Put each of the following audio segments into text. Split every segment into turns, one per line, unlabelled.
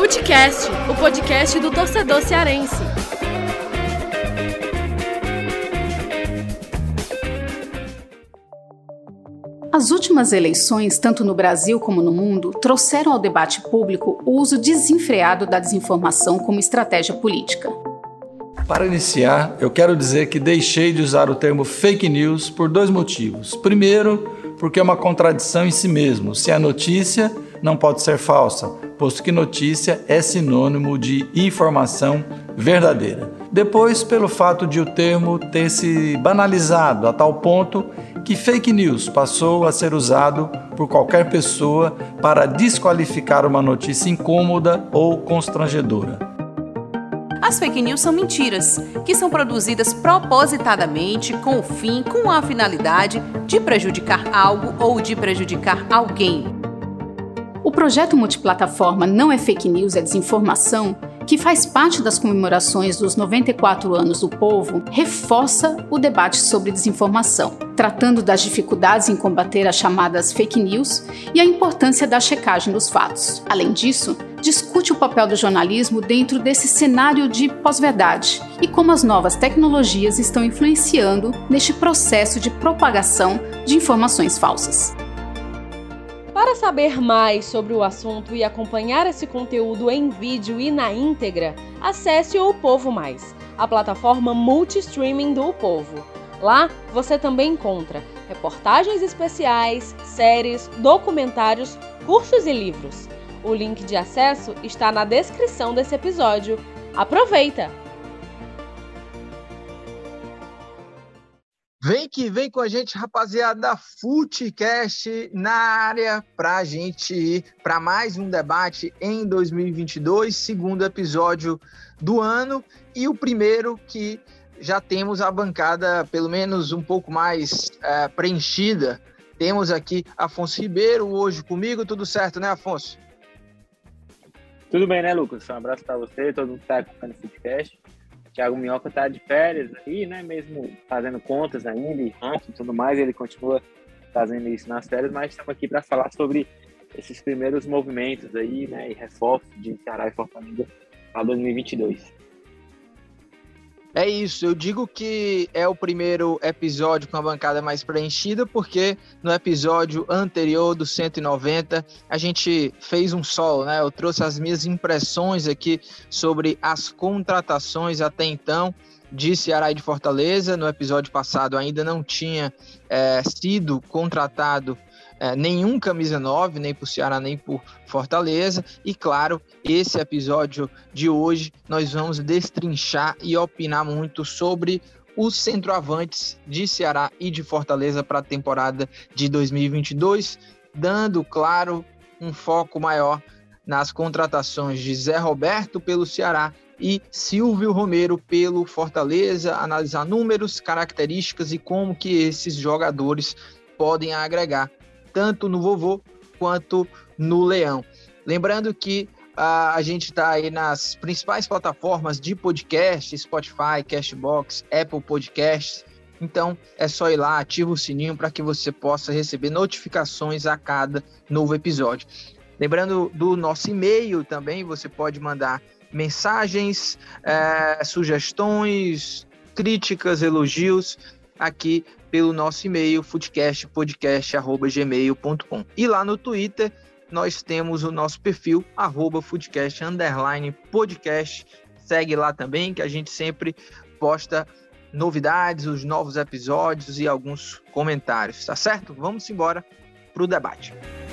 Futecast, o podcast do torcedor cearense.
As últimas eleições, tanto no Brasil como no mundo, trouxeram ao debate público o uso desenfreado da desinformação como estratégia política.
Para iniciar, eu quero dizer que deixei de usar o termo fake news por dois motivos. Primeiro, porque é uma contradição em si mesmo. Se a notícia não pode ser falsa, posto que notícia é sinônimo de informação verdadeira. Depois, pelo fato de o termo ter se banalizado a tal ponto que fake news passou a ser usado por qualquer pessoa para desqualificar uma notícia incômoda ou constrangedora.
As fake news são mentiras, que são produzidas propositadamente com a finalidade de prejudicar algo ou de prejudicar alguém.
O projeto multiplataforma Não é Fake News, é Desinformação, que faz parte das comemorações dos 94 anos do povo, reforça o debate sobre desinformação, tratando das dificuldades em combater as chamadas fake news e a importância da checagem dos fatos. Além disso, discute o papel do jornalismo dentro desse cenário de pós-verdade e como as novas tecnologias estão influenciando neste processo de propagação de informações falsas.
Para saber mais sobre o assunto e acompanhar esse conteúdo em vídeo e na íntegra, acesse o Povo Mais, a plataforma multi-streaming do Povo. Lá você também encontra reportagens especiais, séries, documentários, cursos e livros. O link de acesso está na descrição desse episódio. Aproveita!
Vem com a gente, rapaziada da Futecast na área pra gente ir para mais um debate em 2022, segundo episódio do ano e o primeiro que já temos a bancada pelo menos um pouco mais preenchida. Temos aqui Afonso Ribeiro hoje comigo, tudo certo, né, Afonso?
Tudo bem, né, Lucas? Um abraço para você, todo mundo que está acompanhando o Futecast. Thiago Minhoca está de férias aí, né? Mesmo fazendo contas ainda e ranking e tudo mais, ele continua fazendo isso nas férias, mas estamos aqui para falar sobre esses primeiros movimentos aí, né? E reforços de Ceará e Fortaleza para 2022.
É isso, eu digo que é o primeiro episódio com a bancada mais preenchida, porque no episódio anterior do 190 a gente fez um solo, né? Eu trouxe as minhas impressões aqui sobre as contratações até então de Ceará e de Fortaleza. No episódio passado ainda não tinha sido contratado nenhum camisa 9, nem por Ceará, nem por Fortaleza. E claro, esse episódio de hoje nós vamos destrinchar e opinar muito sobre os centroavantes de Ceará e de Fortaleza para a temporada de 2022, dando, claro, um foco maior nas contratações de Zé Roberto pelo Ceará e Silvio Romero pelo Fortaleza, analisar números, características e como que esses jogadores podem agregar tanto no Vovô quanto no Leão. Lembrando que a gente está aí nas principais plataformas de podcast, Spotify, Castbox, Apple Podcasts. Então é só ir lá, ativa o sininho para que você possa receber notificações a cada novo episódio. Lembrando do nosso e-mail também, você pode mandar mensagens, sugestões, críticas, elogios aqui pelo nosso e-mail futecastpodcast@gmail.com. E lá no Twitter nós temos o nosso perfil @futecast_podcast. Segue lá também que a gente sempre posta novidades, os novos episódios e alguns comentários, tá certo? Vamos embora pro debate.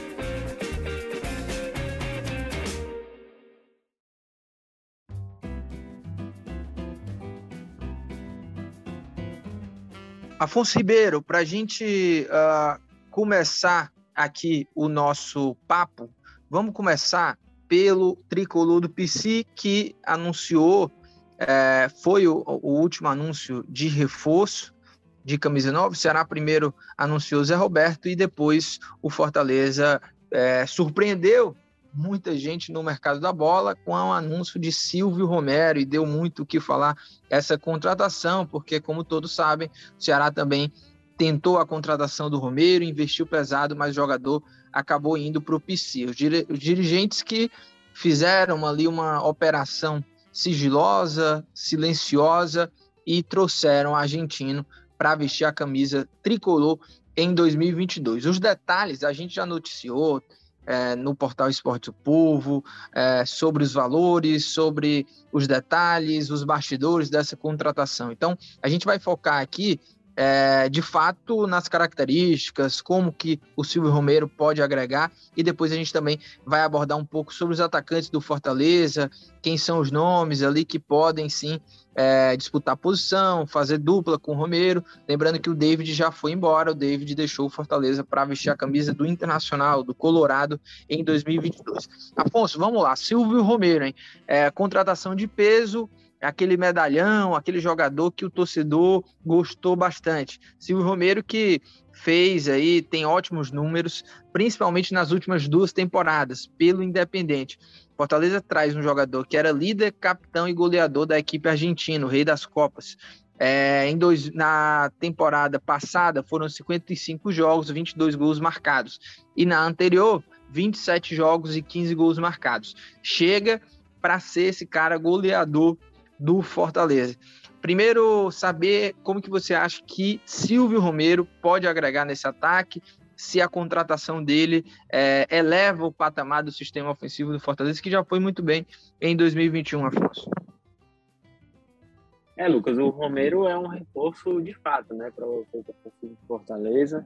Afonso Ribeiro, para a gente começar aqui o nosso papo, vamos começar pelo tricolor do PC, que anunciou, foi o último anúncio de reforço de camisa 9. O Ceará primeiro anunciou Zé Roberto e depois o Fortaleza surpreendeu muita gente no mercado da bola com o anúncio de Silvio Romero, e deu muito o que falar essa contratação, porque, como todos sabem, o Ceará também tentou a contratação do Romero, investiu pesado, mas o jogador acabou indo para o PC. Os dirigentes que fizeram ali uma operação sigilosa, silenciosa e trouxeram o argentino para vestir a camisa tricolor em 2022. Os detalhes a gente já noticiou no portal Esporte do Povo, sobre os valores, sobre os detalhes, os bastidores dessa contratação. Então, a gente vai focar aqui, de fato, nas características, como que o Silvio Romero pode agregar, e depois a gente também vai abordar um pouco sobre os atacantes do Fortaleza, quem são os nomes ali que podem, sim, disputar posição, fazer dupla com o Romero. Lembrando que o David já foi embora, o David deixou o Fortaleza para vestir a camisa do Internacional, do Colorado, em 2022. Afonso, vamos lá, Silvio Romero, hein? Contratação de peso, aquele medalhão, aquele jogador que o torcedor gostou bastante. Silvio Romero que fez aí, tem ótimos números, principalmente nas últimas 2 temporadas, pelo Independente. Fortaleza traz um jogador que era líder, capitão e goleador da equipe argentina, o rei das Copas. Na temporada passada foram 55 jogos, 22 gols marcados. E na anterior, 27 jogos e 15 gols marcados. Chega para ser esse cara goleador do Fortaleza. Primeiro, saber como que você acha que Silvio Romero pode agregar nesse ataque, se a contratação dele eleva o patamar do sistema ofensivo do Fortaleza, que já foi muito bem em 2021, Afonso.
Lucas, o Romero é um reforço de fato, né, para o ofensivo do Fortaleza,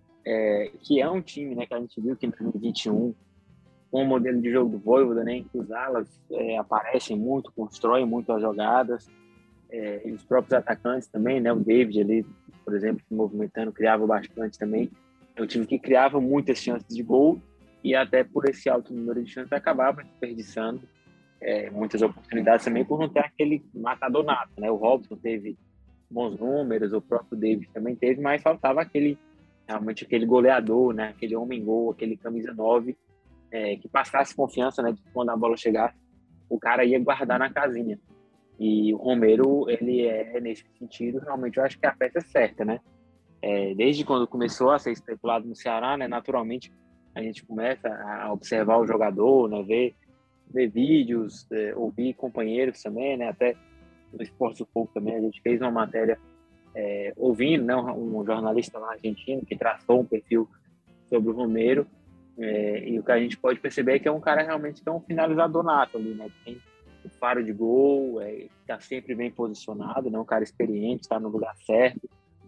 que é um time, né, que a gente viu que em 2021, com o modelo de jogo do Vojvoda, né, em que os alas aparecem muito, constroem muito as jogadas, e os próprios atacantes também, né, o David ali, por exemplo, se movimentando, criava bastante também. É um time que criava muitas chances de gol e até por esse alto número de chances acabava desperdiçando muitas oportunidades também por não ter aquele matador nato, né? O Robson teve bons números, o próprio David também teve, mas faltava realmente aquele goleador, né? Aquele homem-gol, aquele camisa 9, que passasse confiança, né? De quando a bola chegasse, o cara ia guardar na casinha. E o Romero, ele nesse sentido, realmente eu acho que é a peça certa, né? Desde quando começou a ser especulado no Ceará, né, naturalmente a gente começa a observar o jogador, né, ver vídeos, ouvir companheiros também, né, até no Esporte do Povo também a gente fez uma matéria ouvindo, né, um jornalista lá argentino que traçou um perfil sobre o Romero, e o que a gente pode perceber é que é um cara realmente que é um finalizador nato ali, né, tem um faro de gol, está sempre bem posicionado, né, um cara experiente, está no lugar certo.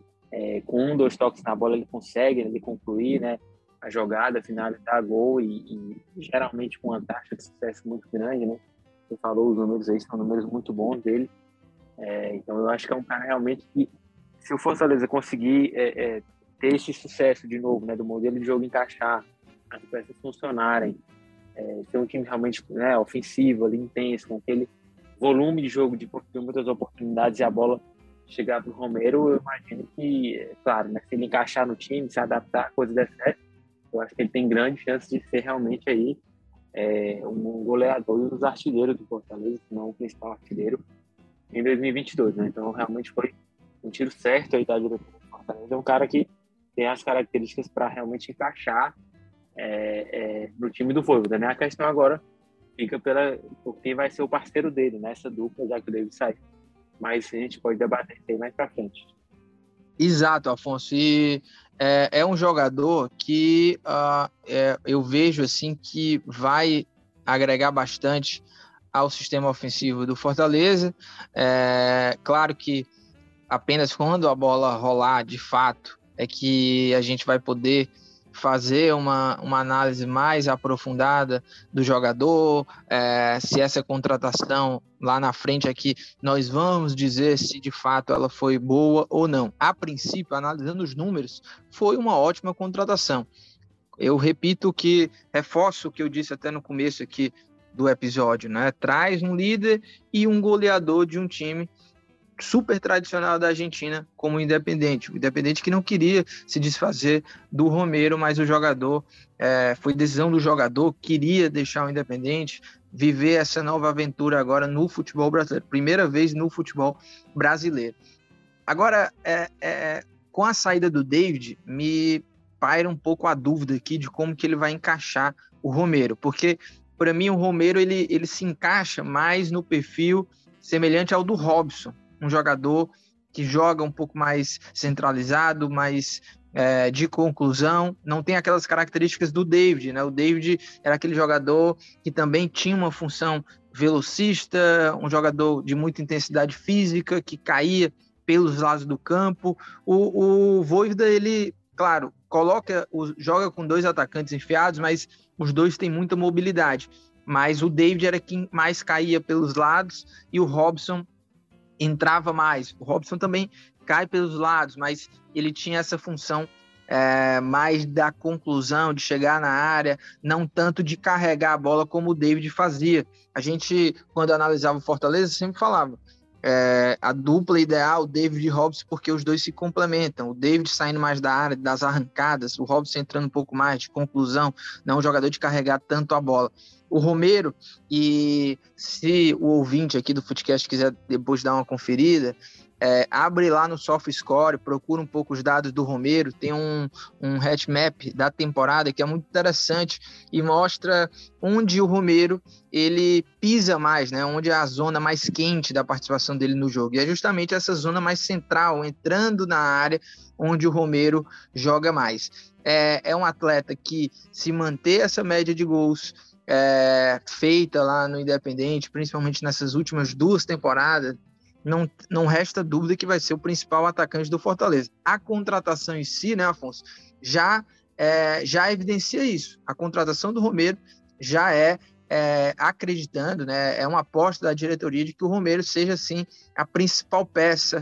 Com 1, 2 toques na bola ele consegue concluir, né, a jogada, finalizar gol e geralmente com uma taxa de sucesso muito grande, né? Você falou os números aí, são números muito bons dele. Então eu acho que é um cara realmente que, se o Fortaleza conseguir ter esse sucesso de novo, né, do modelo de jogo encaixar, as peças funcionarem, ser um time realmente, né, ofensivo, ali, intenso, com aquele volume de jogo de muitas oportunidades e a bola chegar para o Romero, eu imagino que, claro, né, se ele encaixar no time, se adaptar, a coisa der certo, eu acho que ele tem grande chance de ser realmente aí um goleador e um dos artilheiros do Fortaleza, se não o principal artilheiro, em 2022, né? Então, realmente foi um tiro certo aí da diretora do Fortaleza. É um cara que tem as características para realmente encaixar no time do Vojvoda, né? A questão agora fica por quem vai ser o parceiro dele nessa dupla, já que o David saiu. Mas a gente pode debater isso aí mais para frente.
Exato, Afonso. E é um jogador que eu vejo assim que vai agregar bastante ao sistema ofensivo do Fortaleza. Claro que apenas quando a bola rolar de fato é que a gente vai poder fazer uma análise mais aprofundada do jogador, se essa contratação lá na frente aqui, nós vamos dizer se de fato ela foi boa ou não. A princípio, analisando os números, foi uma ótima contratação. Eu reforço o que eu disse até no começo aqui do episódio, né? Traz um líder e um goleador de um time super tradicional da Argentina, como o Independente. O Independente que não queria se desfazer do Romero, mas o jogador, foi decisão do jogador, queria deixar o Independente, viver essa nova aventura agora no futebol brasileiro. Primeira vez no futebol brasileiro. Agora, com a saída do David, me paira um pouco a dúvida aqui de como que ele vai encaixar o Romero, porque para mim o Romero ele se encaixa mais no perfil semelhante ao do Robson, um jogador que joga um pouco mais centralizado, mais de conclusão, não tem aquelas características do David, né? O David era aquele jogador que também tinha uma função velocista, um jogador de muita intensidade física, que caía pelos lados do campo. O Vojvoda, ele, claro, joga com 2 atacantes enfiados, mas os dois têm muita mobilidade. Mas o David era quem mais caía pelos lados e o Robson entrava mais. O Robson também cai pelos lados, mas ele tinha essa função mais da conclusão, de chegar na área, não tanto de carregar a bola como o David fazia. A gente, quando analisava o Fortaleza, sempre falava a dupla ideal, David e Robson, porque os dois se complementam. O David saindo mais da área, das arrancadas, o Robson entrando um pouco mais de conclusão, não um jogador de carregar tanto a bola. O Romero, e se o ouvinte aqui do Footcast quiser depois dar uma conferida, abre lá no SofaScore, procura um pouco os dados do Romero, tem um heatmap da temporada que é muito interessante e mostra onde o Romero ele pisa mais, né? Onde é a zona mais quente da participação dele no jogo. E é justamente essa zona mais central, entrando na área, onde o Romero joga mais. É um atleta que, se manter essa média de gols feita lá no Independente, principalmente nessas últimas 2 temporadas, não resta dúvida que vai ser o principal atacante do Fortaleza. A contratação em si, né, Afonso, já evidencia isso. A contratação do Romero já acreditando, né, é uma aposta da diretoria de que o Romero seja, assim, a principal peça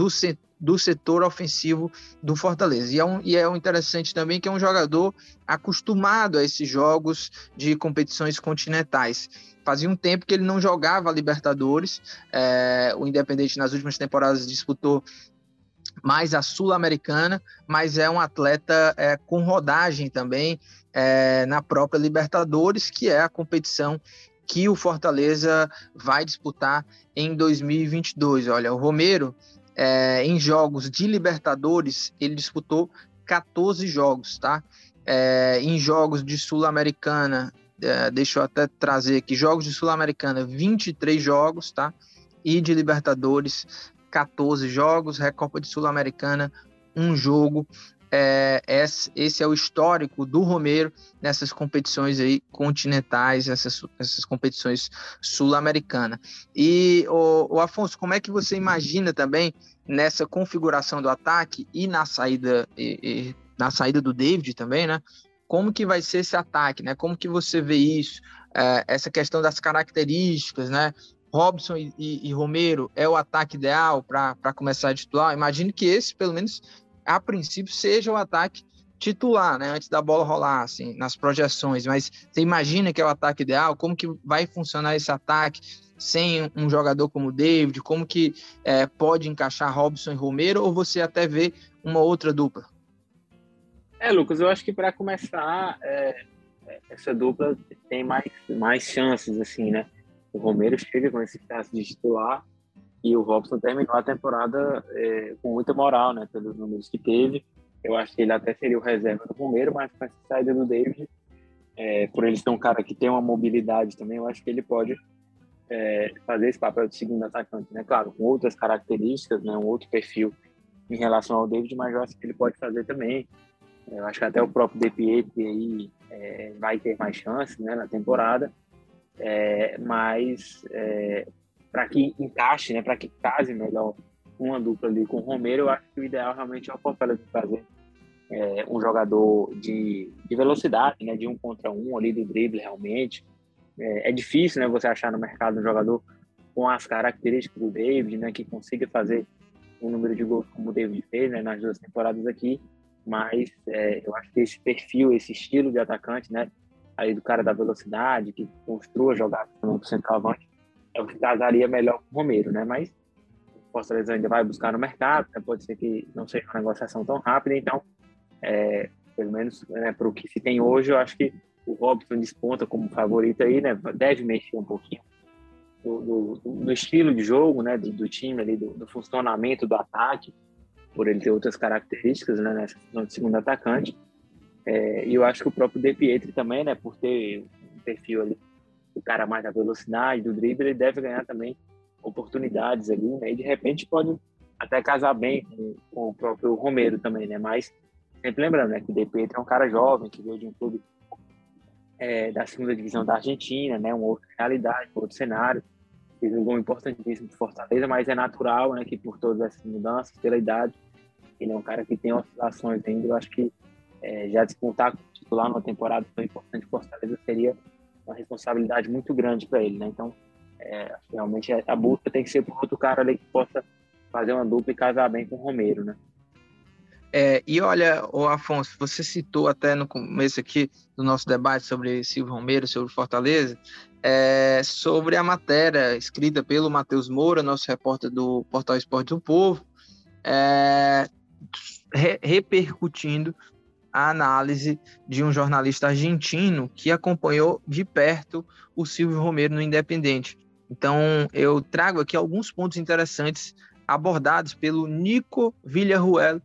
do setor ofensivo do Fortaleza. E é interessante também que é um jogador acostumado a esses jogos de competições continentais. Fazia um tempo que ele não jogava a Libertadores. O Independente nas últimas temporadas disputou mais a Sul-Americana, mas é um atleta com rodagem também na própria Libertadores, que é a competição que o Fortaleza vai disputar em 2022. Olha, o Romero, em jogos de Libertadores, ele disputou 14 jogos, tá? Em jogos de Sul-Americana, deixa eu até trazer aqui, jogos de Sul-Americana, 23 jogos, tá? E de Libertadores, 14 jogos, Recopa de Sul-Americana, 1 jogo. Esse é o histórico do Romero nessas competições aí continentais, essas competições sul-americanas. E, o Afonso, como é que você imagina também nessa configuração do ataque e na saída do David também, né? Como que vai ser esse ataque, né? Como que você vê isso? Essa questão das características, né? Robson e Romero é o ataque ideal para começar a titular? Imagino que esse, pelo menos, a princípio, seja o ataque titular, né? Antes da bola rolar, assim, nas projeções. Mas você imagina que é o ataque ideal? Como que vai funcionar esse ataque sem um jogador como o David? Como que pode encaixar Robson e Romero? Ou você até vê uma outra dupla?
Lucas, eu acho que para começar, essa dupla tem mais chances, assim, né? O Romero chega com esse status de titular e o Robson terminou a temporada com muita moral, né? Pelos números que teve. Eu acho que ele até seria o reserva do Romero, mas com essa saída do David, por ele ser um cara que tem uma mobilidade também, eu acho que ele pode fazer esse papel de segundo atacante, né? Claro, com outras características, né? Um outro perfil em relação ao David, mas eu acho que ele pode fazer também. Eu acho que até o próprio De Pietri aí vai ter mais chances, né, na temporada, mas para que encaixe, né, para que case melhor uma dupla ali com o Romero, eu acho que o ideal realmente é o Fortaleza fazer um jogador de velocidade, né, de 1 contra 1 ali do drible realmente. É difícil, né, você achar no mercado um jogador com as características do David, né, que consiga fazer um número de gols como o David fez, né, nas 2 temporadas aqui. Mas eu acho que esse perfil, esse estilo de atacante, né, aí do cara da velocidade, que construa jogar para o centroavante, é o que casaria melhor com o Romero, né? Mas o Fortaleza ainda vai buscar no mercado, né? Pode ser que não seja uma negociação tão rápida, então, pelo menos para o que se tem hoje, eu acho que o Robson desponta como favorito aí, né? Deve mexer um pouquinho do estilo de jogo, né? Do time ali, do funcionamento do ataque, por ele ter outras características, né, nessa função de segundo atacante. E eu acho que o próprio De Pietri também, né, por ter um perfil ali do cara mais da velocidade, do drible, ele deve ganhar também oportunidades ali, né? E de repente pode até casar bem com o próprio Romero também, né? Mas sempre lembrando, né, que o De Pietri é um cara jovem, que veio de um clube da segunda divisão da Argentina, né? Uma outra realidade, um outro cenário. Fez um gol importantíssimo de Fortaleza, mas é natural, né, que por todas essas mudanças, pela idade, ele é um cara que tem oscilações ainda. Eu acho que já despontar como titular numa temporada tão importante de Fortaleza seria uma responsabilidade muito grande para ele, né? Então, realmente a busca tem que ser por outro cara ali que possa fazer uma dupla e casar bem com o Romero, né?
E olha, Afonso, você citou até no começo aqui do nosso debate sobre Silvio Romero, sobre Fortaleza, sobre a matéria escrita pelo Matheus Moura, nosso repórter do Portal Esporte do Povo, repercutindo a análise de um jornalista argentino que acompanhou de perto o Silvio Romero no Independente. Então, eu trago aqui alguns pontos interessantes abordados pelo Nico Villarruel,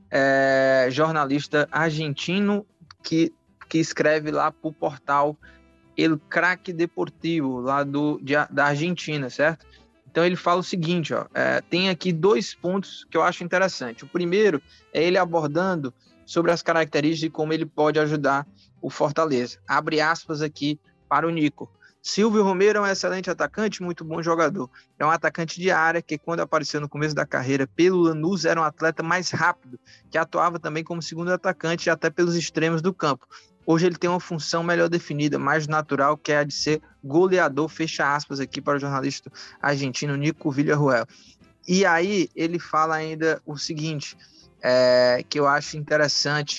jornalista argentino que escreve lá para o portal El Crack Deportivo, lá da Argentina, certo? Então ele fala o seguinte, tem aqui 2 pontos que eu acho interessante. O primeiro é ele abordando sobre as características e como ele pode ajudar o Fortaleza. Abre aspas aqui para o Nico. Silvio Romero é um excelente atacante, muito bom jogador. É um atacante de área que, quando apareceu no começo da carreira pelo Lanús, era um atleta mais rápido, que atuava também como segundo atacante e até pelos extremos do campo. Hoje ele tem uma função melhor definida, mais natural, que é a de ser goleador, fecha aspas aqui para o jornalista argentino Nico Villarruel. E aí ele fala ainda o seguinte, que eu acho interessante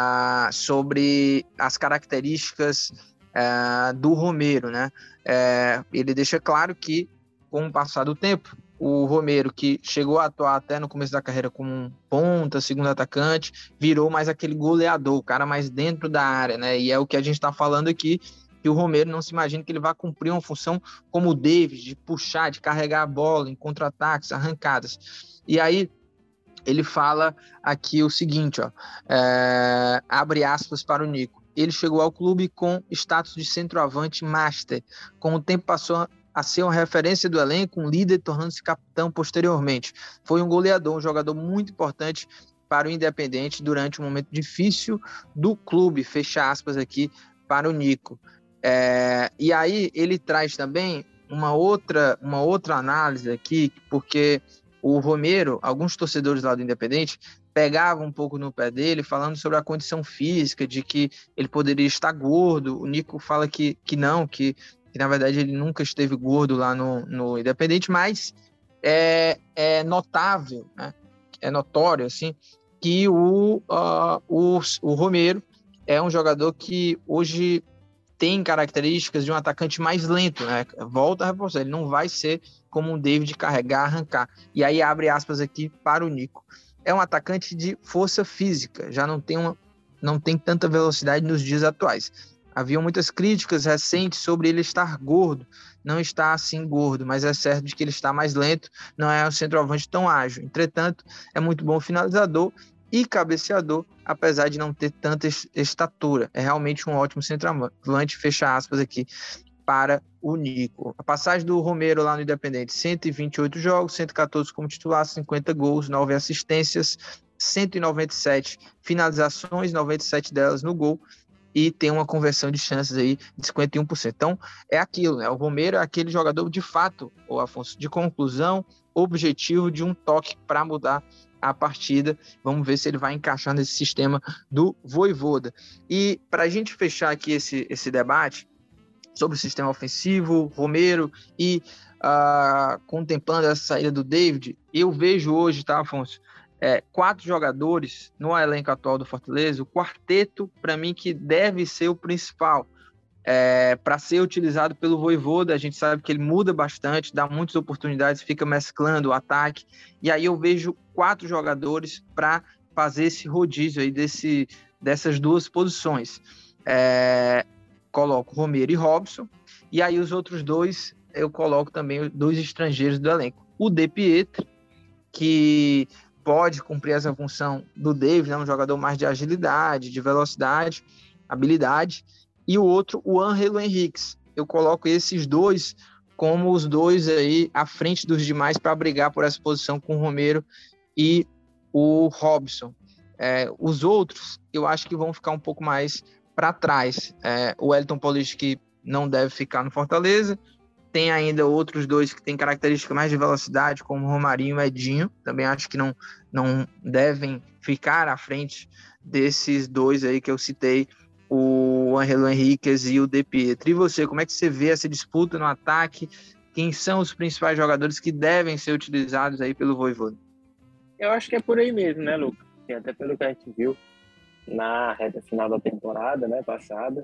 sobre as características do Romero, né? Ele deixa claro que, com o passar do tempo, o Romero, que chegou a atuar até no começo da carreira como um ponta, segundo atacante, virou mais aquele goleador, o cara mais dentro da área, né? E é o que a gente está falando aqui, que o Romero não se imagina que ele vai cumprir uma função como o David, de puxar, de carregar a bola em contra-ataques, arrancadas. E aí ele fala aqui o seguinte, abre aspas para o Nico. Ele chegou ao clube com status de centroavante master. Com o tempo passou a ser uma referência do elenco, um líder, tornando-se capitão posteriormente. Foi um goleador, um jogador muito importante para o Independente durante um momento difícil do clube, fecha aspas aqui para o Nico. E aí ele traz também uma outra análise aqui, porque o Romero, alguns torcedores lá do Independente, pegavam um pouco no pé dele, falando sobre a condição física, de que ele poderia estar gordo. O Nico fala que não, que na verdade ele nunca esteve gordo lá no Independente, mas é notável, né? É notório, assim, que o Romero é um jogador que hoje tem características de um atacante mais lento, né? Volta a reforçar, ele não vai ser como um David carregar, arrancar. E aí abre aspas aqui para o Nico. É um atacante de força física, já não tem tanta velocidade nos dias atuais. Havia muitas críticas recentes sobre ele estar gordo. Não está assim gordo, mas é certo de que ele está mais lento, não é um centroavante tão ágil. Entretanto, é muito bom finalizador e cabeceador, apesar de não ter tanta estatura. É realmente um ótimo centroavante, fecha aspas aqui para o Nico. A passagem do Romero lá no Independente, 128 jogos, 114 como titular, 50 gols, 9 assistências, 197 finalizações, 97 delas no gol, e tem uma conversão de chances aí de 51%. Então, é aquilo, né? O Romero é aquele jogador de fato, o Afonso, de conclusão, objetivo, de um toque para mudar a partida. Vamos ver se ele vai encaixar nesse sistema do Vojvoda. E para a gente fechar aqui esse debate sobre o sistema ofensivo, Romero, e contemplando essa saída do David, eu vejo hoje, tá, Afonso, 4 jogadores no elenco atual do Fortaleza, o quarteto, para mim, que deve ser o principal, para ser utilizado pelo Vojvoda. A gente sabe que ele muda bastante, dá muitas oportunidades, fica mesclando o ataque, e aí eu vejo 4 jogadores para fazer esse rodízio aí dessas 2 posições. Coloco Romero e Robson, e aí os outros 2, eu coloco também 2 estrangeiros do elenco. O De Pietri, que pode cumprir essa função do David, né, um jogador mais de agilidade, de velocidade, habilidade, e o outro, o Ângelo Henriques, eu coloco esses dois como os dois aí à frente dos demais para brigar por essa posição com o Romero e o Robson. Os outros, eu acho que vão ficar um pouco mais para trás. O Wellington Paulista, que não deve ficar no Fortaleza. Tem ainda outros dois que têm características mais de velocidade, como o Romarinho e o Edinho. Também acho que não devem ficar à frente desses dois aí que eu citei, o Ângelo Henriquez e o De Pietri. E você, como é que você vê essa disputa no ataque? Quem são os principais jogadores que devem ser utilizados aí pelo Vojvoda?
Eu acho que é por aí mesmo, né, Lucas? Até pelo que a gente viu na reta final da temporada, né, passada,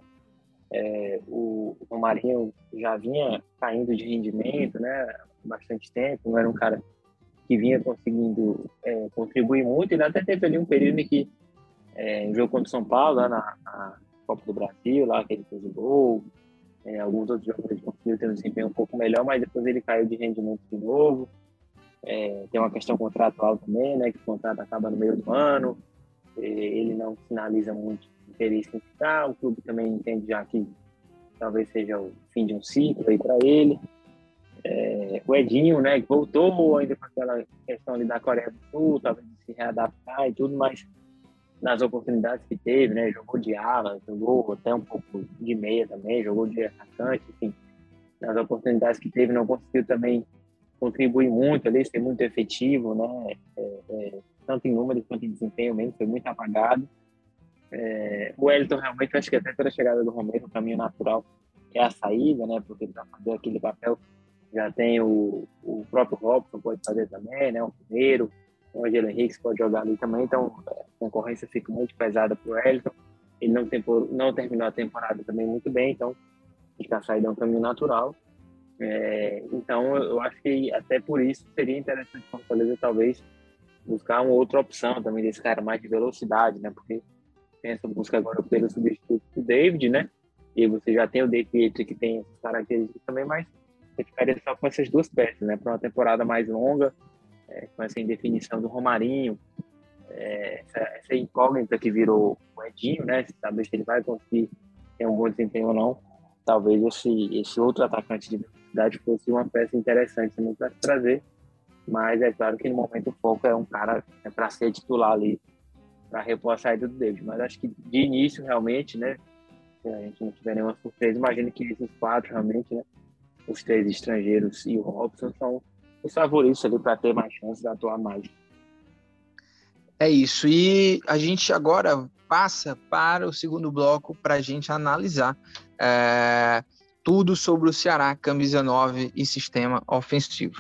o Romarinho já vinha caindo de rendimento, né, há bastante tempo, não era um cara que vinha conseguindo contribuir muito. Ele até teve ali um período em que no jogo contra o São Paulo, lá na Copa do Brasil, lá que ele fez o gol, alguns outros jogadores conseguiram ter um desempenho um pouco melhor, mas depois ele caiu de rendimento de novo. Tem uma questão contratual também, né, que o contrato acaba no meio do ano, ele não sinaliza muito interesse em ficar, o clube também entende já que talvez seja o fim de um ciclo aí para ele. O Edinho, né, que voltou ainda com aquela questão ali da Coreia do Sul, talvez se readaptar e tudo, mas nas oportunidades que teve, né, jogou de ala, jogou até um pouco de meia também, jogou de atacante, enfim, nas oportunidades que teve não conseguiu também contribui muito ali, ser muito efetivo, né? Tanto em números quanto em desempenho mesmo, foi muito apagado. O Wellington realmente, acho que até pela chegada do Romero, o caminho natural é a saída, né? Porque para fazer aquele papel já tem o próprio Robson, pode fazer também, né? O Romero, o Ângelo Henriquez pode jogar ali também, então a concorrência fica muito pesada para o Wellington. Ele não terminou a temporada também muito bem, então acho que a saída é um caminho natural. Então eu acho que até por isso seria interessante o Fortaleza talvez buscar uma outra opção também desse cara mais de velocidade, né? Porque tem essa busca agora pelo substituto do David, né? E você já tem o De Pietri que tem essas características também, mas você ficaria só com essas duas peças, né? Para uma temporada mais longa, com essa indefinição do Romarinho, essa incógnita que virou o Edinho, né? Saber se ele vai conseguir ter um bom desempenho ou não. Talvez esse outro atacante de velocidade fosse uma peça interessante também para se trazer, mas é claro que no momento o foco é um cara para ser titular ali, para repor a saída do David. Mas acho que de início realmente, né, se a gente não tiver nenhuma surpresa, imagino que esses quatro realmente, né, os três estrangeiros e o Robson são os favoritos ali para ter mais chances de atuar mais.
É isso, e a gente agora passa para o segundo bloco para a gente analisar tudo sobre o Ceará, camisa 9 e sistema ofensivo.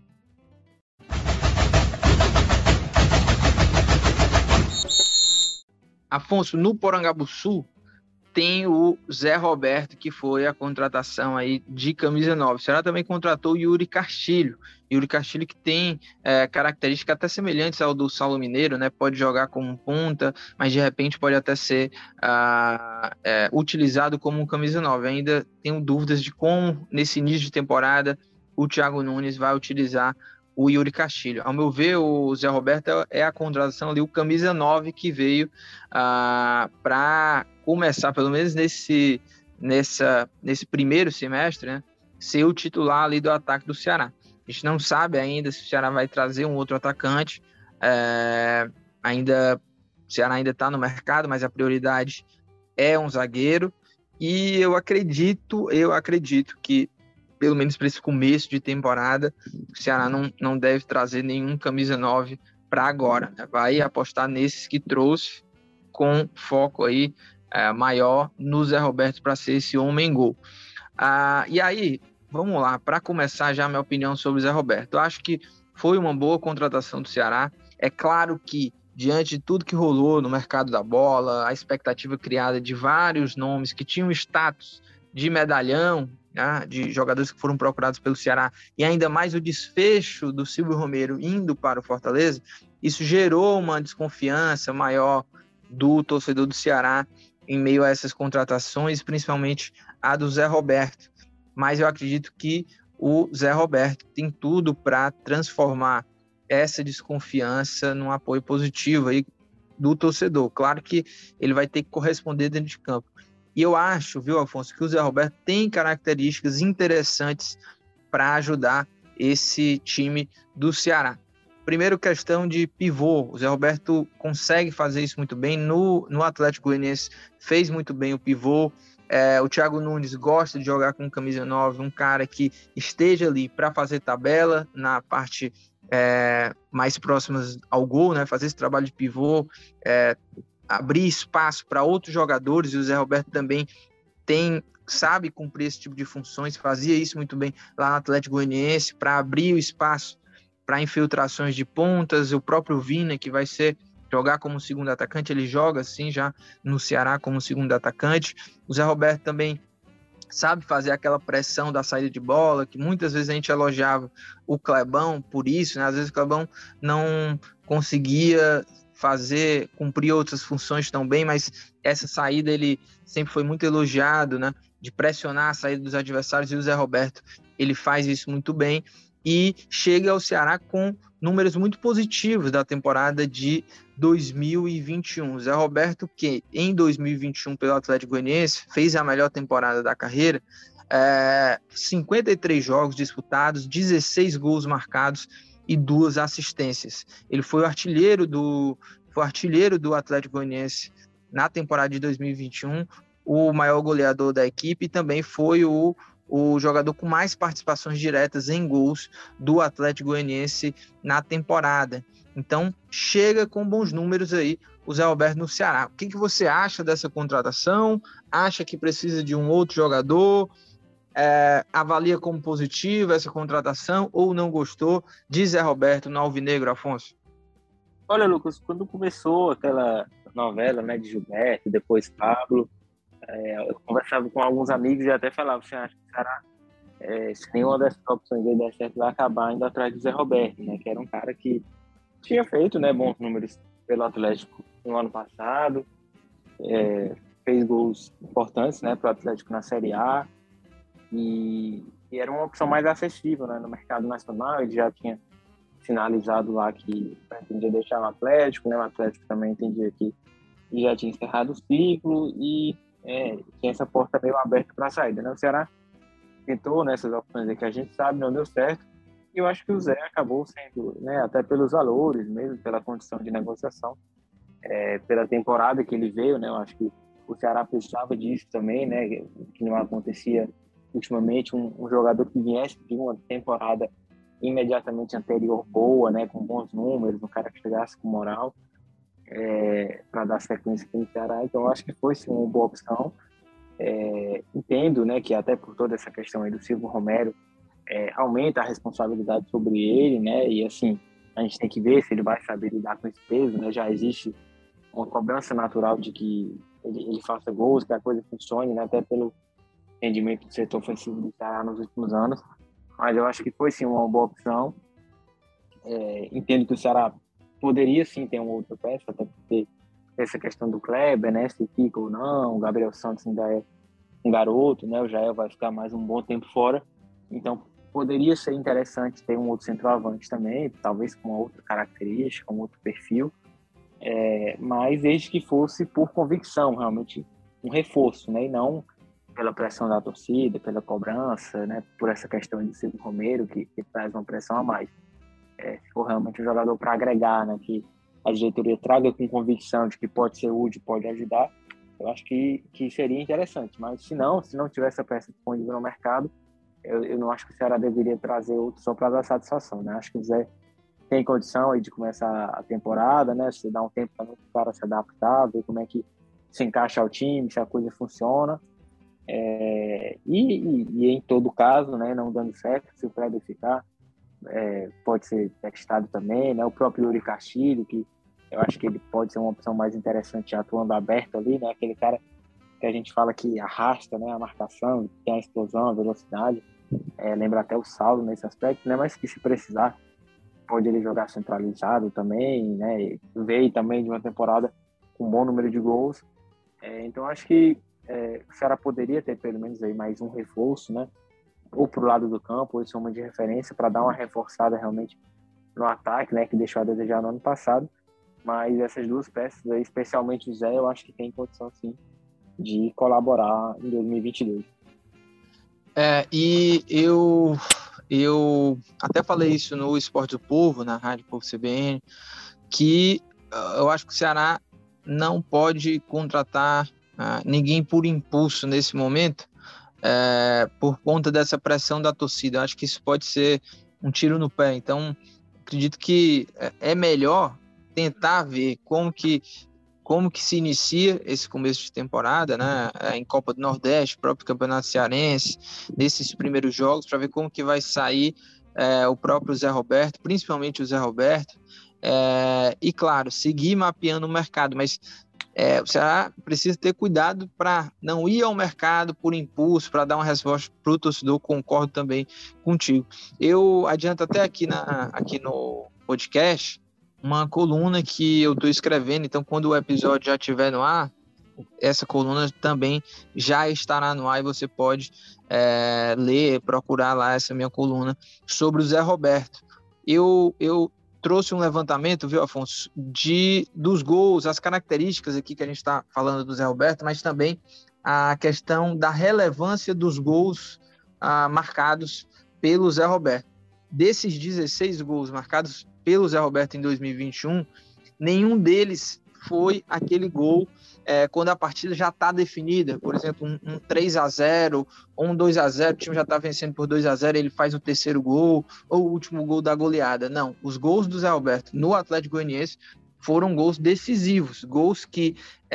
Afonso, no Porangabuçu tem o Zé Roberto, que foi a contratação aí de camisa 9. O Ceará também contratou o Yuri Castilho. Yuri Castilho que tem características até semelhantes ao do Saulo Mineiro, né? Pode jogar como ponta, mas de repente pode até ser utilizado como um camisa 9. Ainda tenho dúvidas de como, nesse início de temporada, o Thiago Nunes vai utilizar o Yuri Castilho. Ao meu ver, o Zé Roberto é a contratação ali, o camisa 9 que veio para começar, pelo menos nesse primeiro semestre, né, ser o titular ali do ataque do Ceará. A gente não sabe ainda se o Ceará vai trazer um outro atacante, o Ceará ainda está no mercado, mas a prioridade é um zagueiro, e eu acredito que pelo menos para esse começo de temporada, o Ceará não deve trazer nenhum camisa 9 para agora, né? Vai apostar nesses que trouxe, com foco aí maior no Zé Roberto para ser esse homem-gol. E aí, vamos lá, para começar já a minha opinião sobre o Zé Roberto. Eu acho que foi uma boa contratação do Ceará. É claro que, diante de tudo que rolou no mercado da bola, a expectativa criada de vários nomes que tinham status de medalhão, né, de jogadores que foram procurados pelo Ceará, e ainda mais o desfecho do Silvio Romero indo para o Fortaleza, isso gerou uma desconfiança maior do torcedor do Ceará em meio a essas contratações, principalmente a do Zé Roberto. Mas eu acredito que o Zé Roberto tem tudo para transformar essa desconfiança num apoio positivo aí do torcedor. Claro que ele vai ter que corresponder dentro de campo, E eu acho, viu, Afonso, que o Zé Roberto tem características interessantes para ajudar esse time do Ceará. Primeiro, questão de pivô. O Zé Roberto consegue fazer isso muito bem. No Atlético Goianiense fez muito bem o pivô. O Thiago Nunes gosta de jogar com camisa 9, um cara que esteja ali para fazer tabela na parte mais próximas ao gol, né? Fazer esse trabalho de pivô, abrir espaço para outros jogadores, e o Zé Roberto também sabe cumprir esse tipo de funções, fazia isso muito bem lá no Atlético Goianiense, para abrir o espaço para infiltrações de pontas. O próprio Vina, que vai jogar como segundo atacante, ele joga assim já no Ceará como segundo atacante. O Zé Roberto também sabe fazer aquela pressão da saída de bola, que muitas vezes a gente elogiava o Clebão por isso, né? Às vezes o Clebão não conseguia cumprir outras funções tão bem, mas essa saída ele sempre foi muito elogiado, né? De pressionar a saída dos adversários, e o Zé Roberto, ele faz isso muito bem, e chega ao Ceará com números muito positivos da temporada de 2021. Zé Roberto, que em 2021 pelo Atlético Goianiense fez a melhor temporada da carreira, 53 jogos disputados, 16 gols marcados e 2 assistências. Ele foi o artilheiro do Atlético Goianiense na temporada de 2021, o maior goleador da equipe, e também foi o jogador com mais participações diretas em gols do Atlético Goianiense na temporada. Então, chega com bons números aí o Zé Roberto no Ceará. O que você acha dessa contratação? Acha que precisa de um outro jogador? Avalia como positiva essa contratação ou não gostou de Zé Roberto no Alvinegro, Afonso?
Olha, Lucas, quando começou aquela novela, né, de Gilberto, depois Pablo, eu conversava com alguns amigos e até falava, você acha que o Ceará, se nenhuma dessas opções aí der certo, vai acabar indo atrás de Zé Roberto, né, que era um cara que tinha feito, né, bons números pelo Atlético no ano passado, fez gols importantes, né, para o Atlético na Série A, e era uma opção mais acessível, né, no mercado nacional. Ele já tinha sinalizado lá que pretendia deixar o Atlético, né, o Atlético também entendia que já tinha encerrado o ciclo e tinha essa porta meio aberta para a saída, né? O Ceará tentou nessas opções aí que a gente sabe, não deu certo, e eu acho que o Zé acabou sendo, né, até pelos valores mesmo, pela condição de negociação, pela temporada que ele veio, né? Eu acho que o Ceará precisava disso também, né, que não acontecia ultimamente, um jogador que viesse de uma temporada imediatamente anterior boa, né, com bons números, um cara que chegasse com moral, para dar sequência aqui no Ceará. Então eu acho que foi sim uma boa opção. Entendo, né, que até por toda essa questão aí do Silvio Romero, aumenta a responsabilidade sobre ele, né, e assim, a gente tem que ver se ele vai saber lidar com esse peso, né. Já existe uma cobrança natural de que ele faça gols, que a coisa funcione, né, até pelo rendimento do setor ofensivo do Ceará nos últimos anos. Mas eu acho que foi sim uma boa opção. Entendo que o Ceará poderia sim ter uma outra peça, até porque essa questão do Kleber, né, se fica ou não, o Gabriel Santos ainda é um garoto, né, o Jael vai ficar mais um bom tempo fora, então poderia ser interessante ter um outro centroavante também, talvez com uma outra característica, um outro perfil, mas desde que fosse por convicção, realmente um reforço, né, e não pela pressão da torcida, pela cobrança, né, por essa questão de Silvio Romero, que traz uma pressão a mais. Se for realmente um jogador para agregar, né, que a diretoria traga com convicção de que pode ser útil, pode ajudar, eu acho que seria interessante. Mas se não tiver essa peça disponível no mercado, eu não acho que o Ceará deveria trazer outro só para dar satisfação, né? Acho que o Zé tem condição aí de começar a temporada, né? Se dá um tempo também para o cara se adaptar, ver como é que se encaixa ao time, se a coisa funciona. E em todo caso, né, não dando certo, se o Kleber ficar, pode ser testado também, né? O próprio Yuri Castilho, que eu acho que ele pode ser uma opção mais interessante atuando aberto ali, né? Aquele cara que a gente fala que arrasta, né, a marcação, tem a explosão, a velocidade, lembra até o Saulo nesse aspecto, né? Mas que se precisar, pode ele jogar centralizado também, né? Veio também de uma temporada com um bom número de gols. Então acho que o Ceará poderia ter pelo menos aí mais um reforço, né? Ou pro lado do campo, ou soma de referência para dar uma reforçada realmente no ataque, né? Que deixou a desejar no ano passado. Mas essas duas peças aí, especialmente o Zé, eu acho que tem condição sim de colaborar em 2022.
E eu até falei isso no Esporte do Povo, na Rádio Povo CBN, que eu acho que o Ceará não pode contratar ninguém por impulso nesse momento, por conta dessa pressão da torcida. Eu acho que isso pode ser um tiro no pé. Então, acredito que é melhor tentar ver como que se inicia esse começo de temporada, né? Em Copa do Nordeste, próprio Campeonato Cearense, nesses primeiros jogos, para ver como que vai sair o próprio Zé Roberto, principalmente o Zé Roberto, e, claro, seguir mapeando o mercado, mas o Ceará precisa ter cuidado para não ir ao mercado por impulso, para dar uma resposta para o torcedor. Concordo também contigo. Eu adianto até aqui no podcast uma coluna que eu estou escrevendo, então quando o episódio já estiver no ar, essa coluna também já estará no ar e você pode ler, procurar lá essa minha coluna sobre o Zé Roberto. Eu trouxe um levantamento, viu, Afonso, dos gols, as características aqui que a gente está falando do Zé Roberto, mas também a questão da relevância dos gols marcados pelo Zé Roberto. Desses 16 gols marcados pelo Zé Roberto em 2021, nenhum deles foi aquele gol quando a partida já está definida, por exemplo, um 3-0 ou um 2-0, o time já está vencendo por 2-0, ele faz o terceiro gol ou o último gol da goleada. Não, os gols do Zé Roberto no Atlético Goianiense foram gols decisivos, gols que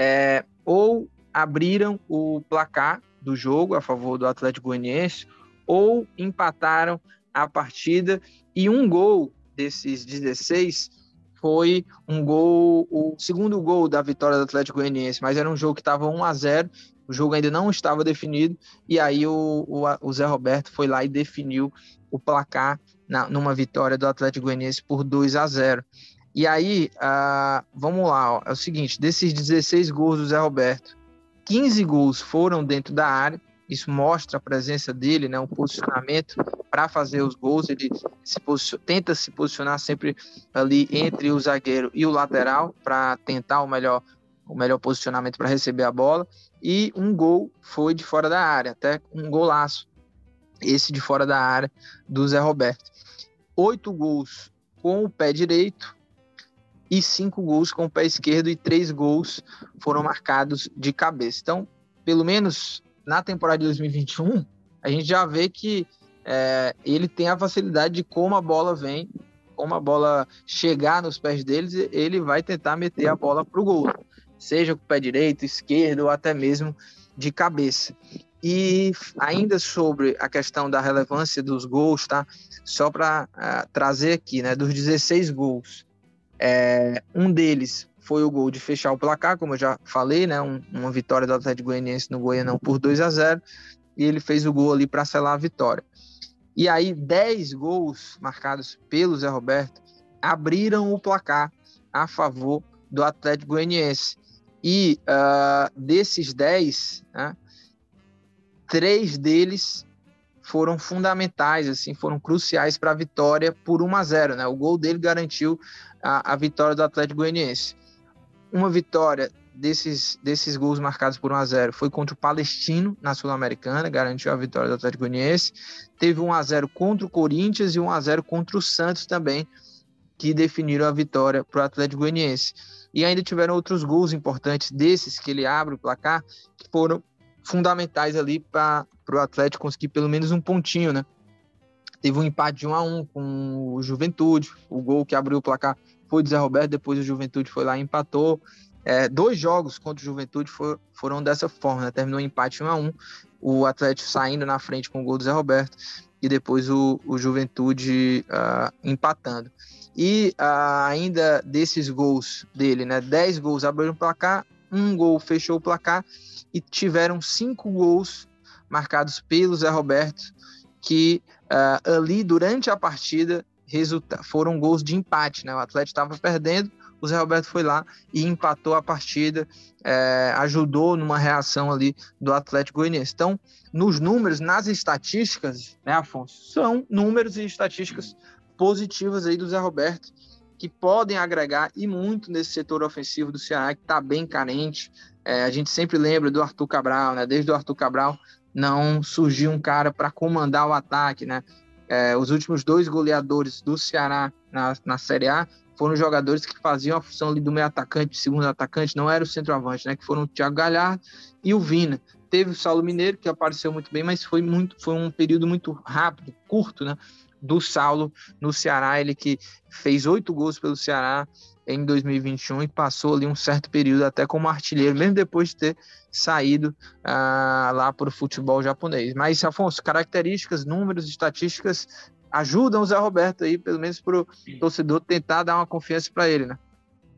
ou abriram o placar do jogo a favor do Atlético Goianiense ou empataram a partida, e um gol desses 16 foi o segundo gol da vitória do Atlético Goianiense, mas era um jogo que estava 1-0, o jogo ainda não estava definido, e aí o Zé Roberto foi lá e definiu o placar numa vitória do Atlético Goianiense por 2-0. E aí, vamos lá, é o seguinte, desses 16 gols do Zé Roberto, 15 gols foram dentro da área. Isso mostra a presença dele, né, o posicionamento para fazer os gols. Ele tenta se posicionar sempre ali entre o zagueiro e o lateral para tentar o melhor posicionamento para receber a bola. E um gol foi de fora da área, até um golaço, esse de fora da área do Zé Roberto. 8 gols com o pé direito e 5 gols com o pé esquerdo, e 3 gols foram marcados de cabeça. Então, pelo menos na temporada de 2021, a gente já vê que ele tem a facilidade de como a bola vem, como a bola chegar nos pés deles, ele vai tentar meter a bola para o gol, seja com o pé direito, esquerdo ou até mesmo de cabeça. E ainda sobre a questão da relevância dos gols, tá? Só para trazer aqui, né, dos 16 gols, um deles foi o gol de fechar o placar, como eu já falei, né? Uma vitória do Atlético Goianiense no Goianão por 2-0, e ele fez o gol ali para selar a vitória. E aí 10 gols marcados pelo Zé Roberto abriram o placar a favor do Atlético Goianiense. E desses 10, né, 3 deles foram fundamentais, assim, foram cruciais para a vitória por 1-0, né? O gol dele garantiu a vitória do Atlético Goianiense. Uma vitória desses gols marcados por 1-0 foi contra o Palestino na Sul-Americana, garantiu a vitória do Atlético Goianiense. Teve 1-0 contra o Corinthians e 1-0 contra o Santos também, que definiram a vitória para o Atlético Goianiense. E ainda tiveram outros gols importantes desses que ele abre o placar, que foram fundamentais ali para o Atlético conseguir pelo menos um pontinho, né? Teve um empate de 1-1 com o Juventude, o gol que abriu o placar foi do Zé Roberto, depois o Juventude foi lá e empatou. 2 jogos contra o Juventude foram dessa forma, né? Terminou em empate 1-1, o Atlético saindo na frente com o gol do Zé Roberto, e depois o Juventude empatando. E ainda desses gols dele, né? 10 gols abriram o placar, 1 gol fechou o placar, e tiveram 5 gols marcados pelo Zé Roberto, que ali durante a partida foram gols de empate, né? O Atlético estava perdendo, o Zé Roberto foi lá e empatou a partida, ajudou numa reação ali do Atlético Goianiense. Então, nos números, nas estatísticas, né, Afonso, são números e estatísticas positivas aí do Zé Roberto, que podem agregar e muito nesse setor ofensivo do Ceará, que está bem carente. A gente sempre lembra do Arthur Cabral, né? Desde o Arthur Cabral não surgiu um cara para comandar o ataque, né? Os últimos 2 goleadores do Ceará na Série A foram jogadores que faziam a função ali do meio atacante, segundo atacante, não era o centroavante, né? Que foram o Thiago Galhardo e o Vina. Teve o Saulo Mineiro, que apareceu muito bem, mas foi um período muito rápido, curto, né? Do Saulo no Ceará, ele que fez 8 gols pelo Ceará em 2021 e passou ali um certo período até como artilheiro, mesmo depois de ter saído lá para o futebol japonês. Mas, Afonso, características, números, estatísticas ajudam o Zé Roberto aí, pelo menos para o torcedor tentar dar uma confiança para ele, né?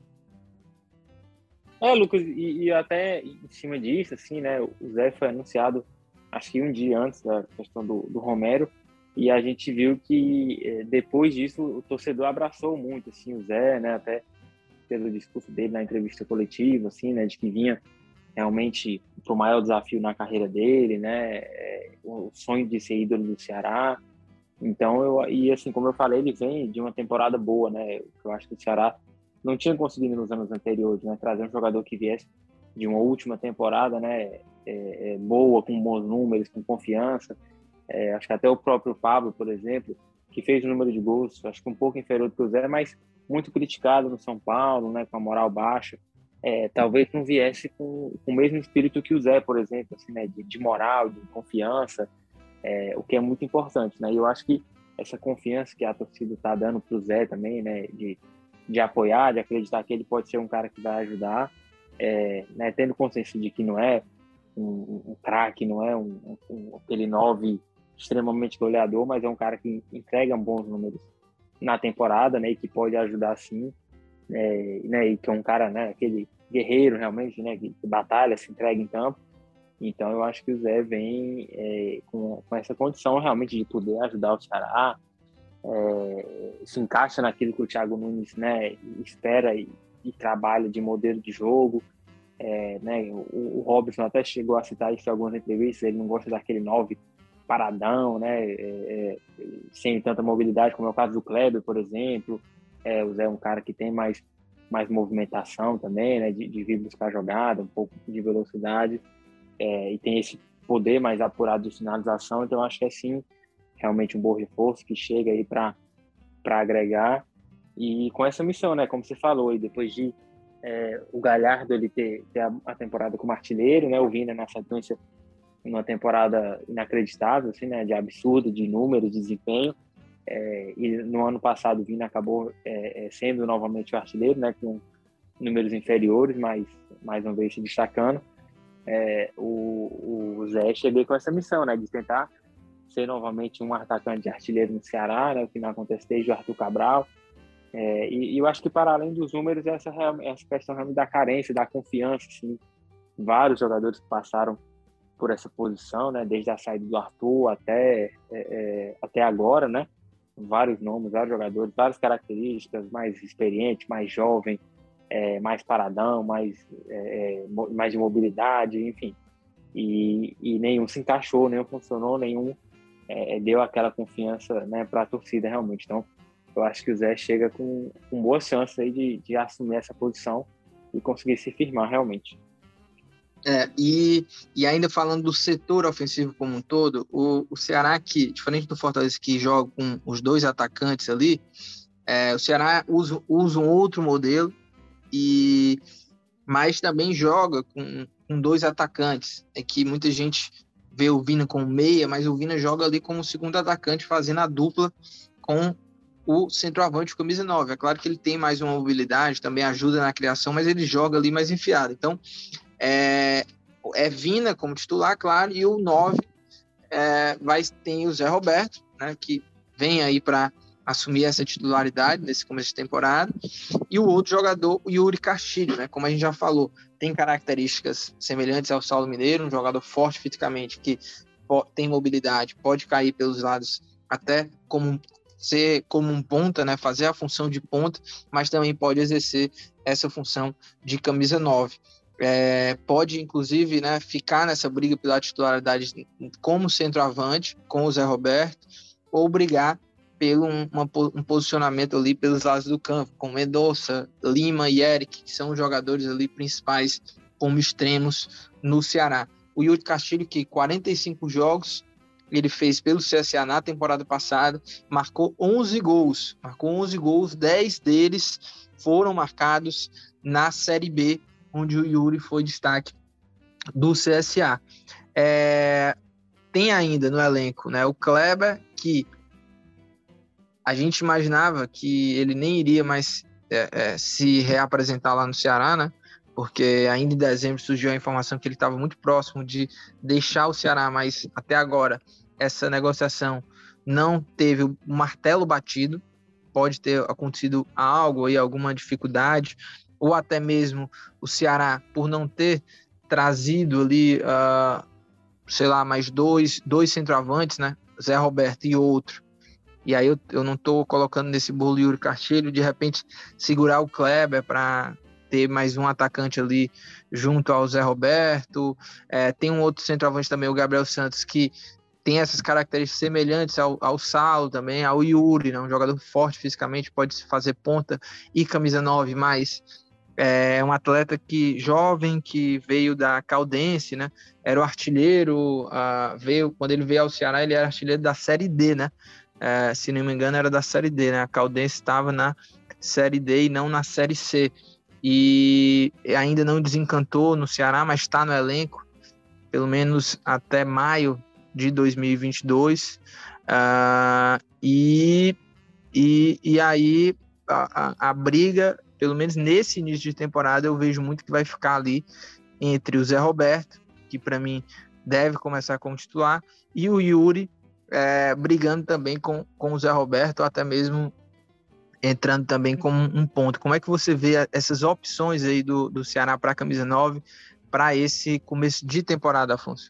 Lucas, e até em cima disso, assim, né, o Zé foi anunciado, acho que um dia antes da questão do Romero, e a gente viu que depois disso o torcedor abraçou muito, assim, o Zé, né, até pelo discurso dele na entrevista coletiva, assim, né, de que vinha realmente para o maior desafio na carreira dele, né, o sonho de ser ídolo do Ceará. Então, assim, como eu falei, ele vem de uma temporada boa, né, eu acho que o Ceará não tinha conseguido nos anos anteriores, né, trazer um jogador que viesse de uma última temporada, né, boa, com bons números, com confiança. Acho que até o próprio Pablo, por exemplo, que fez o número de gols, acho que um pouco inferior do que o Zé, mas muito criticado no São Paulo, né, com a moral baixa. Talvez não viesse com o mesmo espírito que o Zé, por exemplo, assim, né, de moral, de confiança, o que é muito importante, né? E eu acho que essa confiança que a torcida está dando para o Zé também, né, de apoiar, de acreditar que ele pode ser um cara que vai ajudar, né, tendo consciência de que não é um craque, não é aquele 9 extremamente goleador, mas é um cara que entrega bons números na temporada, né, e que pode ajudar sim, né, e que é um cara, né, aquele guerreiro realmente, né, que batalha, se entrega em campo. Então eu acho que o Zé vem com essa condição realmente de poder ajudar o Ceará, se encaixa naquilo que o Thiago Nunes, né, espera e trabalha de modelo de jogo. Né, o Robson até chegou a citar isso em algumas entrevistas, ele não gosta daquele 9 paradão, né, sem tanta mobilidade, como é o caso do Kleber, por exemplo. O Zé é um cara que tem mais movimentação também, né, de vir buscar jogada, um pouco de velocidade, e tem esse poder mais apurado de finalização. Então acho que é sim realmente um bom reforço que chega aí para agregar, e com essa missão, né, como você falou, e depois de o Galhardo ele ter a temporada como artilheiro, né, o Vina na sequência uma temporada inacreditável, assim, né, de absurdo, de números, de desempenho, e no ano passado o Vina acabou sendo novamente o artilheiro, né, com números inferiores, mas mais uma vez se destacando. O Zé chegou com essa missão, né, de tentar ser novamente um atacante de artilheiro no Ceará, né, o que não acontece desde o Arthur Cabral. E eu acho que, para além dos números, essa questão realmente da carência, da confiança, assim, vários jogadores que passaram por essa posição, né, desde a saída do Arthur até agora, né, vários nomes, vários jogadores, várias características, mais experiente, mais jovem, mais paradão, mais de mobilidade, enfim, e nenhum se encaixou, nenhum funcionou, nenhum deu aquela confiança, né, para a torcida realmente. Então eu acho que o Zé chega com boa chance aí de assumir essa posição e conseguir se firmar realmente.
E ainda falando do setor ofensivo como um todo, o Ceará, que, diferente do Fortaleza, que joga com os 2 atacantes ali, o Ceará usa um outro modelo, mas também joga com 2 atacantes. Que muita gente vê o Vina como meia, mas o Vina joga ali como segundo atacante, fazendo a dupla com o centroavante camisa 9. É claro que ele tem mais uma mobilidade, também ajuda na criação, mas ele joga ali mais enfiado. Então, Vina como titular, claro, e o 9 tem o Zé Roberto, né, que vem aí para assumir essa titularidade nesse começo de temporada, e o outro jogador, o Yuri Castilho, né, como a gente já falou, tem características semelhantes ao Saulo Mineiro, um jogador forte fisicamente, que tem mobilidade, pode cair pelos lados até ser como um ponta, né, fazer a função de ponta, mas também pode exercer essa função de camisa 9. Pode, inclusive, né, ficar nessa briga pela titularidade como centroavante com o Zé Roberto, ou brigar pelo um posicionamento ali pelos lados do campo, com Mendonça, Lima e Eric, que são os jogadores ali principais como extremos no Ceará. O Yuri Castilho, que 45 jogos ele fez pelo CSA na temporada passada, marcou 11 gols, 10 deles foram marcados na Série B, onde o Yuri foi destaque do CSA. Tem ainda no elenco, né, o Kleber, que a gente imaginava que ele nem iria mais se reapresentar lá no Ceará, né? Porque ainda em dezembro surgiu a informação que ele estava muito próximo de deixar o Ceará, mas até agora essa negociação não teve o martelo batido. Pode ter acontecido algo aí, alguma dificuldade, ou até mesmo o Ceará, por não ter trazido ali, mais dois centroavantes, né? Zé Roberto e outro. E aí eu não estou colocando nesse bolo Yuri Castilho, de repente segurar o Kleber para ter mais um atacante ali junto ao Zé Roberto. Tem um outro centroavante também, o Gabriel Santos, que tem essas características semelhantes ao Saulo também, ao Yuri, né? Um jogador forte fisicamente, pode fazer ponta e camisa 9, mas é um atleta jovem que veio da Caldense, né? Era o artilheiro, quando ele veio ao Ceará, ele era artilheiro da Série D, né? Se não me engano, era da Série D, né? A Caldense estava na Série D e não na Série C. E ainda não desencantou no Ceará, mas está no elenco, pelo menos até maio de 2022. E aí a briga, pelo menos nesse início de temporada, eu vejo muito que vai ficar ali entre o Zé Roberto, que para mim deve começar como titular, e o Yuri, brigando também com o Zé Roberto, ou até mesmo entrando também como um ponto. Como é que você vê essas opções aí do Ceará para a camisa 9 para esse começo de temporada, Afonso?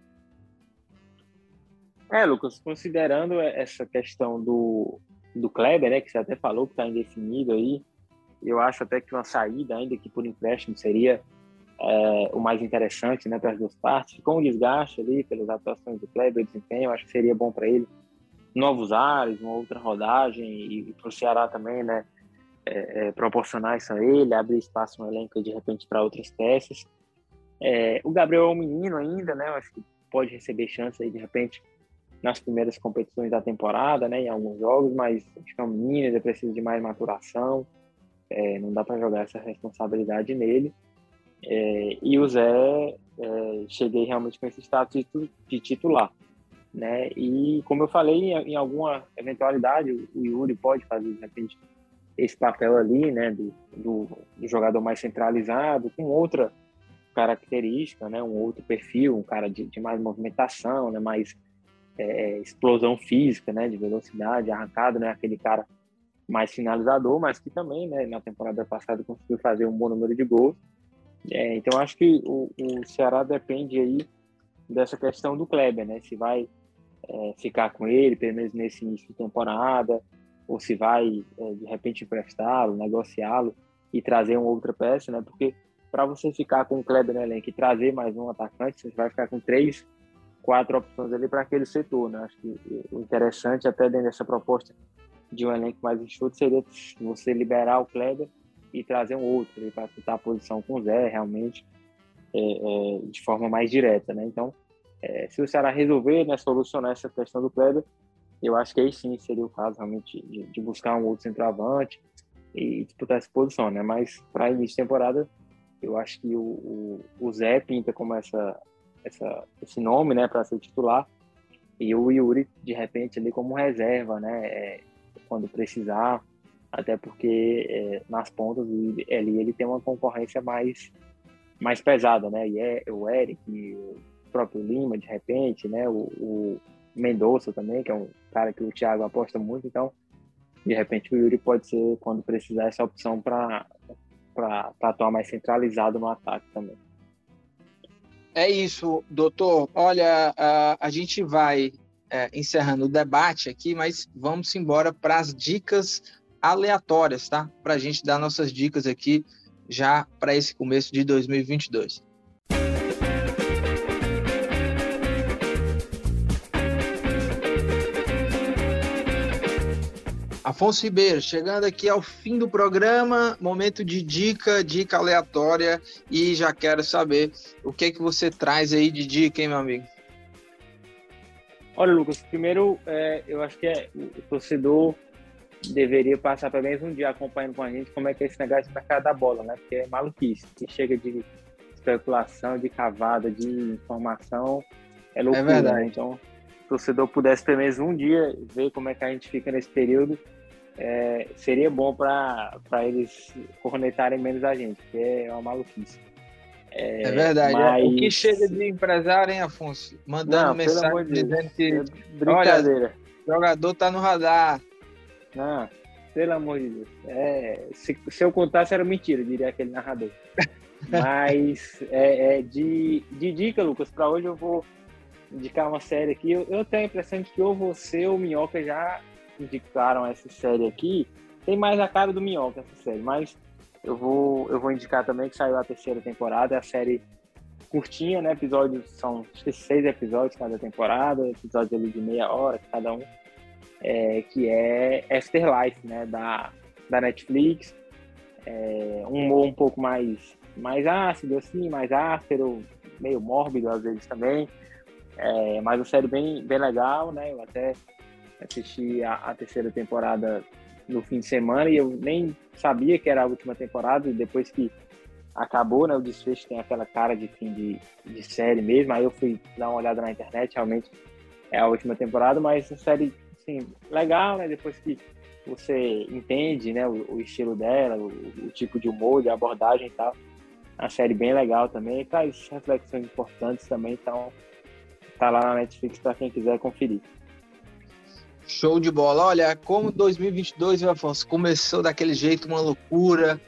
Lucas, considerando essa questão do Kleber, né, que você até falou que está indefinido aí, eu acho até que uma saída, ainda que por empréstimo, seria o mais interessante, né, para as duas partes. Com o desgaste ali, pelas atuações do Kleber, o desempenho, eu acho que seria bom para ele. Novos ares, uma outra rodagem, e para o Ceará também, né, proporcionar isso a ele, abrir espaço no elenco de repente para outras peças. O Gabriel é um menino ainda, né, eu acho que pode receber chance aí de repente nas primeiras competições da temporada, né, em alguns jogos, mas acho que é um menino, ele precisa de mais maturação, não dá para jogar essa responsabilidade nele. E o Zé, cheguei realmente com esse status de titular, né? E como eu falei, em alguma eventualidade o Yuri pode fazer de repente esse papel ali, né, do jogador mais centralizado, com outra característica, né, um outro perfil, um cara de mais movimentação, né, mais explosão física, né, de velocidade, arrancado, né, aquele cara mais finalizador, mas que também, né, na temporada passada conseguiu fazer um bom número de gols. Então acho que o Ceará depende aí dessa questão do Kleber, né, se vai ficar com ele, pelo menos nesse início de temporada, ou se vai de repente emprestá-lo, negociá-lo e trazer uma outra peça, né, porque para você ficar com o Kleber no elenco e trazer mais um atacante, você vai ficar com 3, 4 opções ali para aquele setor, né? Acho que o interessante até dentro dessa proposta de um elenco mais enxuto seria você liberar o Kleber e trazer um outro para disputar a posição com o Zé, realmente, de forma mais direta, né? Então, se o Ceará resolver, né, solucionar essa questão do Kleber, eu acho que aí sim seria o caso realmente de buscar um outro centroavante e disputar essa posição, né? Mas para início de temporada, eu acho que o Zé pinta como esse nome, né, para ser titular, e o Yuri, de repente, ali como reserva, né, quando precisar, até porque nas pontas ele tem uma concorrência mais pesada, né, e o Eric, o próprio Lima, de repente, né, o Mendonça também, que é um cara que o Thiago aposta muito, então, de repente, o Yuri pode ser, quando precisar, essa opção para atuar mais centralizado no ataque também.
É isso, doutor. Olha, a gente vai encerrando o debate aqui, mas vamos embora para as dicas aleatórias, tá? Para a gente dar nossas dicas aqui já para esse começo de 2022. Afonso Ribeiro, chegando aqui ao fim do programa, momento de dica aleatória, e já quero saber o que você traz aí de dica, hein, meu amigo?
Olha, Lucas, primeiro, eu acho que o torcedor deveria passar pelo menos um dia acompanhando com a gente como é que é esse negócio do mercado da bola, né? Porque é maluquice, que chega de especulação, de cavada, de informação, é loucura.
É verdade.
Né? Então, se o torcedor pudesse pelo menos um dia ver como é que a gente fica nesse período, seria bom para eles cornetarem menos a gente, porque é uma maluquice.
É verdade.
Mas...
O que chega de empresário, hein, Afonso? Mandando mensagem dizendo que
brincadeira.
Olha, o jogador tá no radar.
Não, pelo amor de Deus. Se eu contasse era mentira, diria aquele narrador. Mas de dica, Lucas, para hoje eu vou indicar uma série aqui. Eu tenho a impressão de que ou você ou o Minhoca já indicaram essa série aqui. Tem mais a cara do Minhoca essa série, mas eu vou indicar também que saiu a 3ª temporada. É a série curtinha, né? Episódios são 6 episódios cada temporada, episódios ali de meia hora cada um, que é Afterlife, né? Da Netflix. Um humor um pouco mais ácido, assim, mais áspero, meio mórbido às vezes também. Mas uma série bem, bem legal, né? Eu até assisti a 3ª temporada no fim de semana e eu nem sabia que era a última temporada, e depois que acabou, né, o desfecho tem aquela cara de fim de série mesmo. Aí eu fui dar uma olhada na internet, realmente é a última temporada, mas uma série, assim, legal, né? Depois que você entende, né, o estilo dela, o tipo de humor, de abordagem e tal, a série bem legal também, traz reflexões importantes também, então tá lá na Netflix para quem quiser conferir.
Show de bola. Olha, como 2022, viu, Afonso, começou daquele jeito, uma loucura,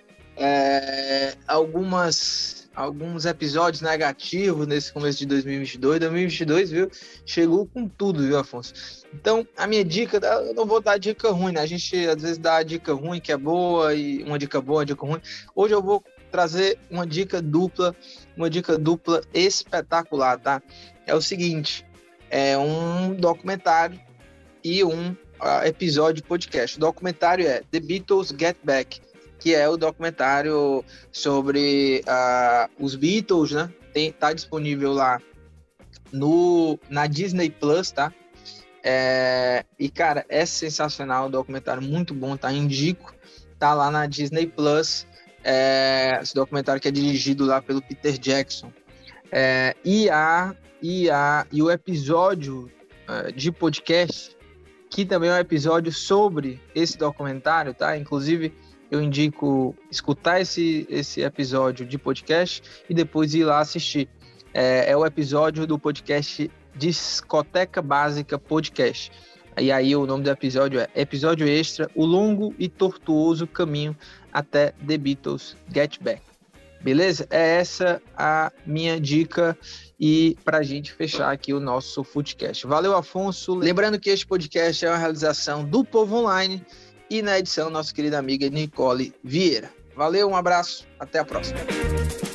alguns episódios negativos nesse começo de 2022. 2022, viu, chegou com tudo, viu, Afonso? Então, a minha dica, eu não vou dar dica ruim, né? A gente às vezes dá dica ruim que é boa, e uma dica boa, uma dica ruim. Hoje eu vou trazer uma dica dupla espetacular, tá? É o seguinte, é um documentário e um episódio de podcast. O documentário é The Beatles Get Back, que é o documentário sobre os Beatles, né? Tá disponível lá na Disney Plus, tá? E, cara, é sensacional, o documentário muito bom, tá? Indico, tá lá na Disney Plus, esse documentário que é dirigido lá pelo Peter Jackson. E o episódio de podcast, que também é um episódio sobre esse documentário, tá? Inclusive, eu indico escutar esse episódio de podcast e depois ir lá assistir. É o episódio do podcast Discoteca Básica Podcast. E aí o nome do episódio é Episódio Extra, o longo e tortuoso caminho até The Beatles Get Back. Beleza? É essa a minha dica, e para a gente fechar aqui o nosso Footcast. Valeu, Afonso. Lembrando que este podcast é uma realização do Povo Online e na edição nossa querida amiga Nicole Vieira. Valeu, um abraço, até a próxima.